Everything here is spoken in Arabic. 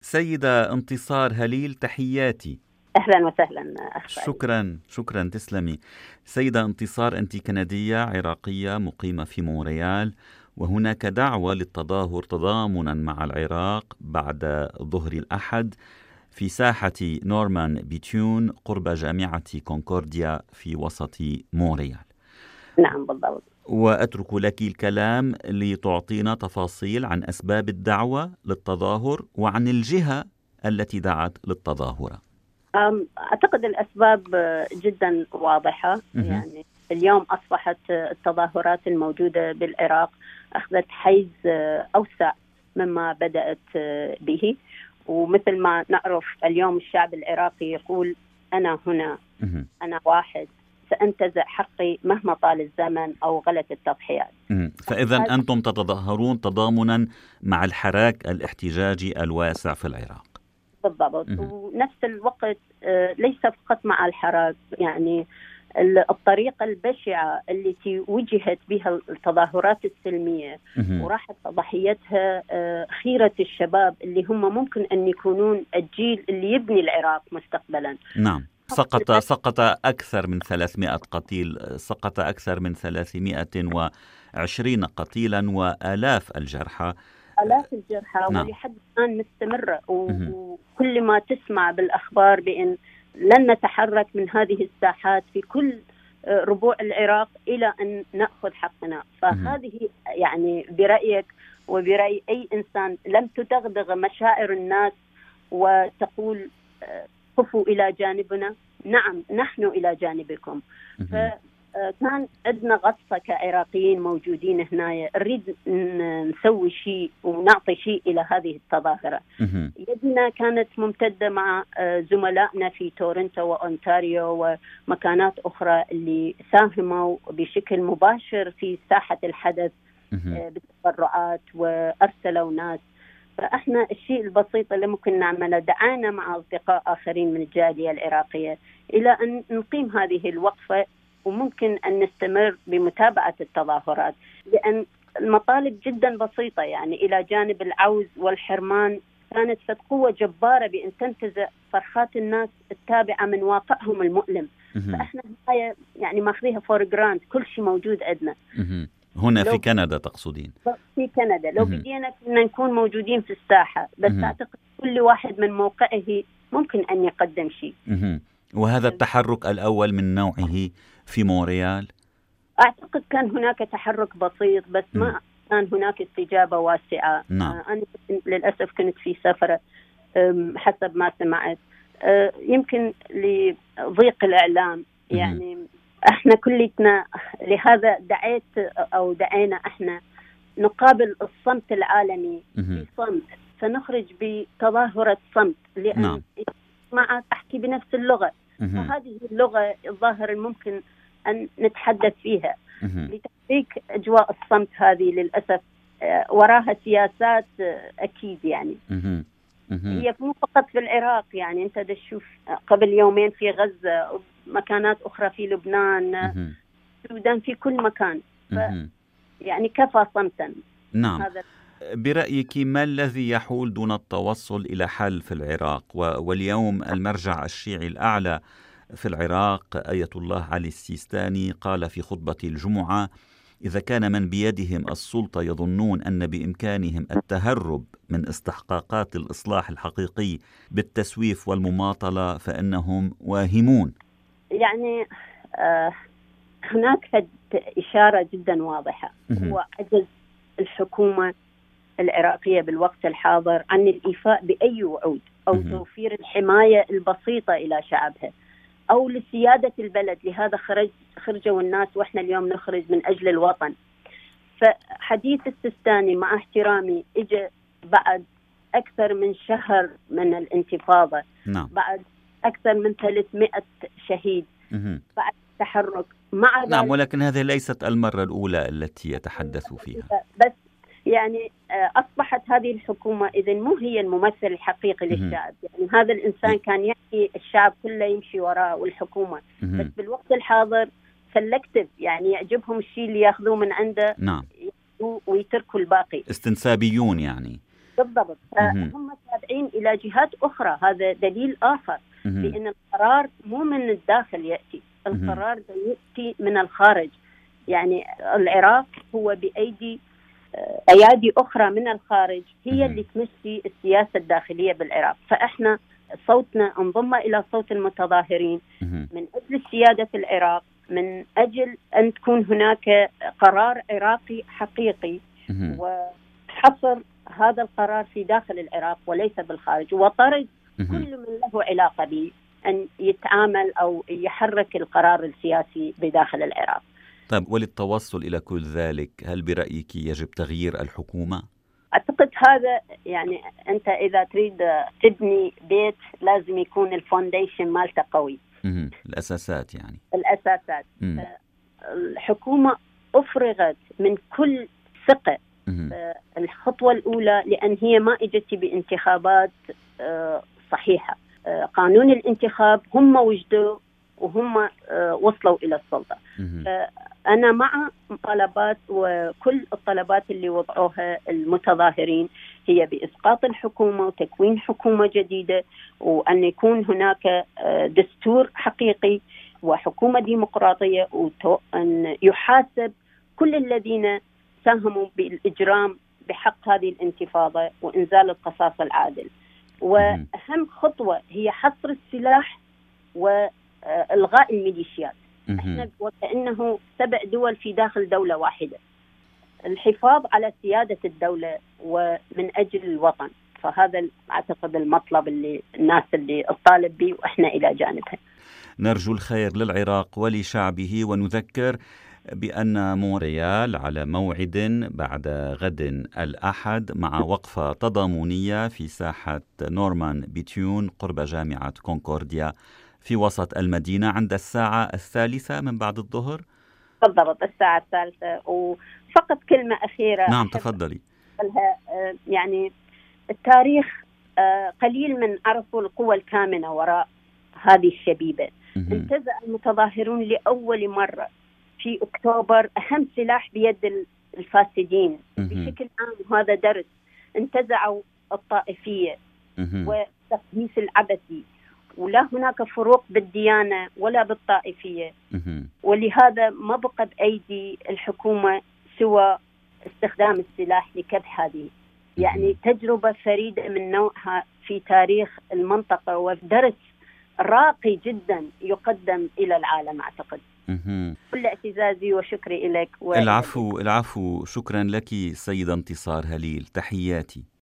سيدة انتصار هليل، تحياتي. أهلا وسهلا أخ سعيد. شكرا تسلمي. سيدة انتصار، أنت كندية عراقية مقيمة في مونريال، وهناك دعوة للتظاهر تضامنا مع العراق بعد ظهر الأحد في ساحة نورمان بيتيون قرب جامعة كونكورديا في وسط مونريال. نعم بالضبط. وأترك لك الكلام لتعطينا تفاصيل عن أسباب الدعوة للتظاهر وعن الجهة التي دعت للتظاهرة. أعتقد الأسباب جدا واضحة. يعني اليوم أصبحت التظاهرات الموجودة بالعراق أخذت حيز أوسع مما بدأت به، ومثل ما نعرف اليوم الشعب العراقي يقول أنا هنا، أنا واحد، سأنتزع حقي مهما طال الزمن أو غلت التضحيات. فإذا أنتم تتظاهرون تضامنا مع الحراك الاحتجاجي الواسع في العراق. بالضبط. ونفس الوقت ليس فقط مع الحراك، يعني الطريقة البشعة التي وجهت بها التظاهرات السلمية وراحت ضحيتها خيرة الشباب اللي هم ممكن أن يكونون الجيل اللي يبني العراق مستقبلا. نعم. سقط أكثر من 300 قتيل، سقط أكثر من 320 قتيلا وآلاف الجرحى. نعم. ولحد الآن مستمرة، وكل ما تسمع بالأخبار بأن لن نتحرك من هذه الساحات في كل ربوع العراق إلى أن نأخذ حقنا. فهذه يعني برأيك وبرأي أي إنسان لم تدغدغ مشاعر الناس وتقول قفوا إلى جانبنا. نعم، نحن إلى جانبكم. فكان عندنا غصة كعراقيين موجودين هنا، نريد نسوي شيء ونعطي شيء إلى هذه التظاهرة. يدنا كانت ممتدة مع زملائنا في تورنتو وأونتاريو ومكانات أخرى اللي ساهموا بشكل مباشر في ساحة الحدث بالتبرعات وأرسلوا ناس. فإحنا الشيء البسيط اللي ممكن نعمله دعانا مع أصدقاء آخرين من الجالية العراقية إلى أن نقيم هذه الوقفة، وممكن أن نستمر بمتابعة التظاهرات، لأن المطالب جدا بسيطة. يعني إلى جانب العوز والحرمان كانت فد قوة جبارة بأن تنتزع فرخات الناس التابعة من واقعهم المؤلم. فإحنا يعني ماخذيها فور جراند، كل شيء موجود عندنا. هنا في كندا تقصدين؟ في كندا لو بدينا كنا نكون موجودين في الساحة، بس أعتقد كل واحد من موقعه ممكن أن يقدم شيء. وهذا التحرك الأول من نوعه في مونريال؟ أعتقد كان هناك تحرك بسيط، بس ما كان هناك استجابة واسعة. نعم. أنا للأسف كنت في سفر حسب ما سمعت، يمكن لضيق الإعلام. يعني احنا كلنا لهذا دعينا احنا نقابل الصمت العالمي بصمت، سنخرج بتظاهرة صمت، لأن مع أحكي بنفس اللغة. فهذه اللغة الظاهر ممكن أن نتحدث فيها لتحقيق أجواء الصمت هذه. للأسف وراها سياسات أكيد، يعني هي مو فقط في العراق. يعني أنت تشوف قبل يومين في غزة، مكانات أخرى في لبنان، السودان، في كل مكان. يعني كفى صمتا. نعم. برأيك ما الذي يحول دون التوصل إلى حل في العراق؟ واليوم المرجع الشيعي الأعلى في العراق آية الله علي السيستاني قال في خطبة الجمعة: إذا كان من بيدهم السلطة يظنون أن بإمكانهم التهرب من استحقاقات الإصلاح الحقيقي بالتسويف والمماطلة فإنهم واهمون. يعني هناك إشارة جدا واضحة، هو عجز الحكومة العراقية بالوقت الحاضر عن الإيفاء بأي وعود أو توفير الحماية البسيطة إلى شعبها أو لسيادة البلد. لهذا خرجوا الناس، وإحنا اليوم نخرج من أجل الوطن. فحديث السيستاني مع احترامي إجا بعد أكثر من شهر من الانتفاضة. نعم. بعد أكثر من 300 شهيد. بعد تحرك مع نعم، ولكن هذه ليست المرة الأولى التي يتحدث فيها. بس يعني أصبحت هذه الحكومة إذن مو هي الممثل الحقيقي للشعب. يعني هذا الإنسان كان يحكي الشعب كله يمشي وراءه والحكومة. بس بالوقت الحاضر سلكتيف، يعني يعجبهم الشيء اللي ياخذوه من عنده. نعم. ويتركوا الباقي. استنسابيون يعني. بالضبط. هم تابعين إلى جهات أخرى. هذا دليل آخر بأن القرار مو من الداخل يأتي، القرار يأتي من الخارج. يعني العراق هو بأيدي أيادي أخرى من الخارج هي اللي تمشي السياسة الداخلية بالعراق. فإحنا صوتنا انضم إلى صوت المتظاهرين من أجل السيادة في العراق، من أجل أن تكون هناك قرار عراقي حقيقي وحصر هذا القرار في داخل العراق وليس بالخارج، وطرد كل من له علاقة بأن يتعامل أو يحرك القرار السياسي بداخل العراق. طيب، وللتوصل إلى كل ذلك هل برأيك يجب تغيير الحكومة؟ أعتقد هذا يعني أنت إذا تريد تبني بيت لازم يكون الفونديشن مالته قوي. الأساسات يعني. الأساسات. الحكومة أفرغت من كل ثقة. الخطوة الأولى لأن هي ما إجت بانتخابات صحيحة. قانون الانتخاب هم وجدوا وهم وصلوا إلى السلطة. أنا مع طلبات، وكل الطلبات اللي وضعوها المتظاهرين هي بإسقاط الحكومة وتكوين حكومة جديدة، وأن يكون هناك دستور حقيقي وحكومة ديمقراطية، وأن يحاسب كل الذين ساهموا بالإجرام بحق هذه الانتفاضة وإنزال القصاص العادل. وأهم خطوة هي حصر السلاح وإلغاء الميليشيات. احنا وكأنه 7 دول في داخل دولة واحدة. الحفاظ على سيادة الدولة ومن أجل الوطن، فهذا أعتقد المطلب اللي الناس اللي تطالب به وإحنا إلى جانبها. نرجو الخير للعراق ولشعبه، ونذكر بأن مونريال على موعد بعد غد الأحد مع وقفة تضامنية في ساحة نورمان بيتيون قرب جامعة كونكورديا في وسط المدينة عند الساعة 3 من بعد الظهر. بالضبط، الساعة 3. وفقط كلمة أخيرة. نعم تفضلي. يعني التاريخ قليل من عرفوا القوة الكامنة وراء هذه الشبيبة. انتزع المتظاهرون لأول مرة في أكتوبر أهم سلاح بيد الفاسدين بشكل عام، وهذا درس. انتزعوا الطائفية والتقديس العبثي، ولا هناك فروق بالديانة ولا بالطائفية. ولهذا ما بقى بأيدي الحكومة سوى استخدام السلاح لكبح هذه يعني تجربة فريدة من نوعها في تاريخ المنطقة، ودرس راقي جدا يقدم إلى العالم أعتقد. كل اعتزازي وشكري لك. العفو، شكرا لك سيدة انتصار هليل، تحياتي.